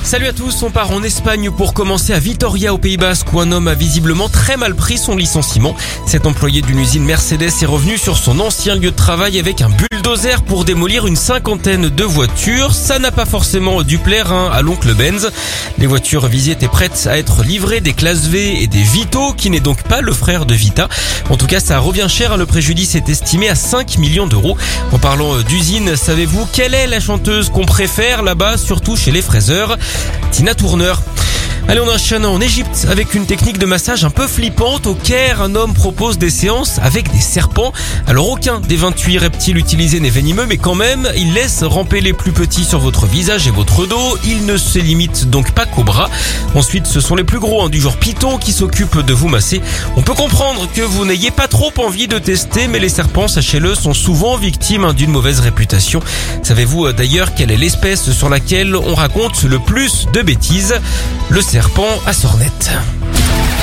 Salut à tous, on part en Espagne pour commencer à Vitoria au Pays Basque où un homme a visiblement très mal pris son licenciement. Cet employé d'une usine Mercedes est revenu sur son ancien lieu de travail avec un bulldozer pour démolir une 50aine de voitures. Ça n'a pas forcément dû plaire à l'oncle Benz. Les voitures visées étaient prêtes à être livrées, des classes V et des Vito, qui n'est donc pas le frère de Vita. En tout cas, ça revient cher, le préjudice est estimé à 5 millions d'euros. En parlant d'usine, savez-vous quelle est la chanteuse qu'on préfère là-bas, surtout chez les fraiseurs? Tina Turner. Allez, on enchaîne en Égypte avec une technique de massage un peu flippante. Au Caire, un homme propose des séances avec des serpents. Alors aucun des 28 reptiles utilisés n'est venimeux, mais quand même, il laisse ramper les plus petits sur votre visage et votre dos. Il ne se limite donc pas qu'aux bras. Ensuite, ce sont les plus gros du genre python qui s'occupent de vous masser. On peut comprendre que vous n'ayez pas trop envie de tester, mais les serpents, sachez-le, sont souvent victimes d'une mauvaise réputation. Savez-vous d'ailleurs quelle est l'espèce sur laquelle on raconte le plus de bêtises? Le serpent à sornette.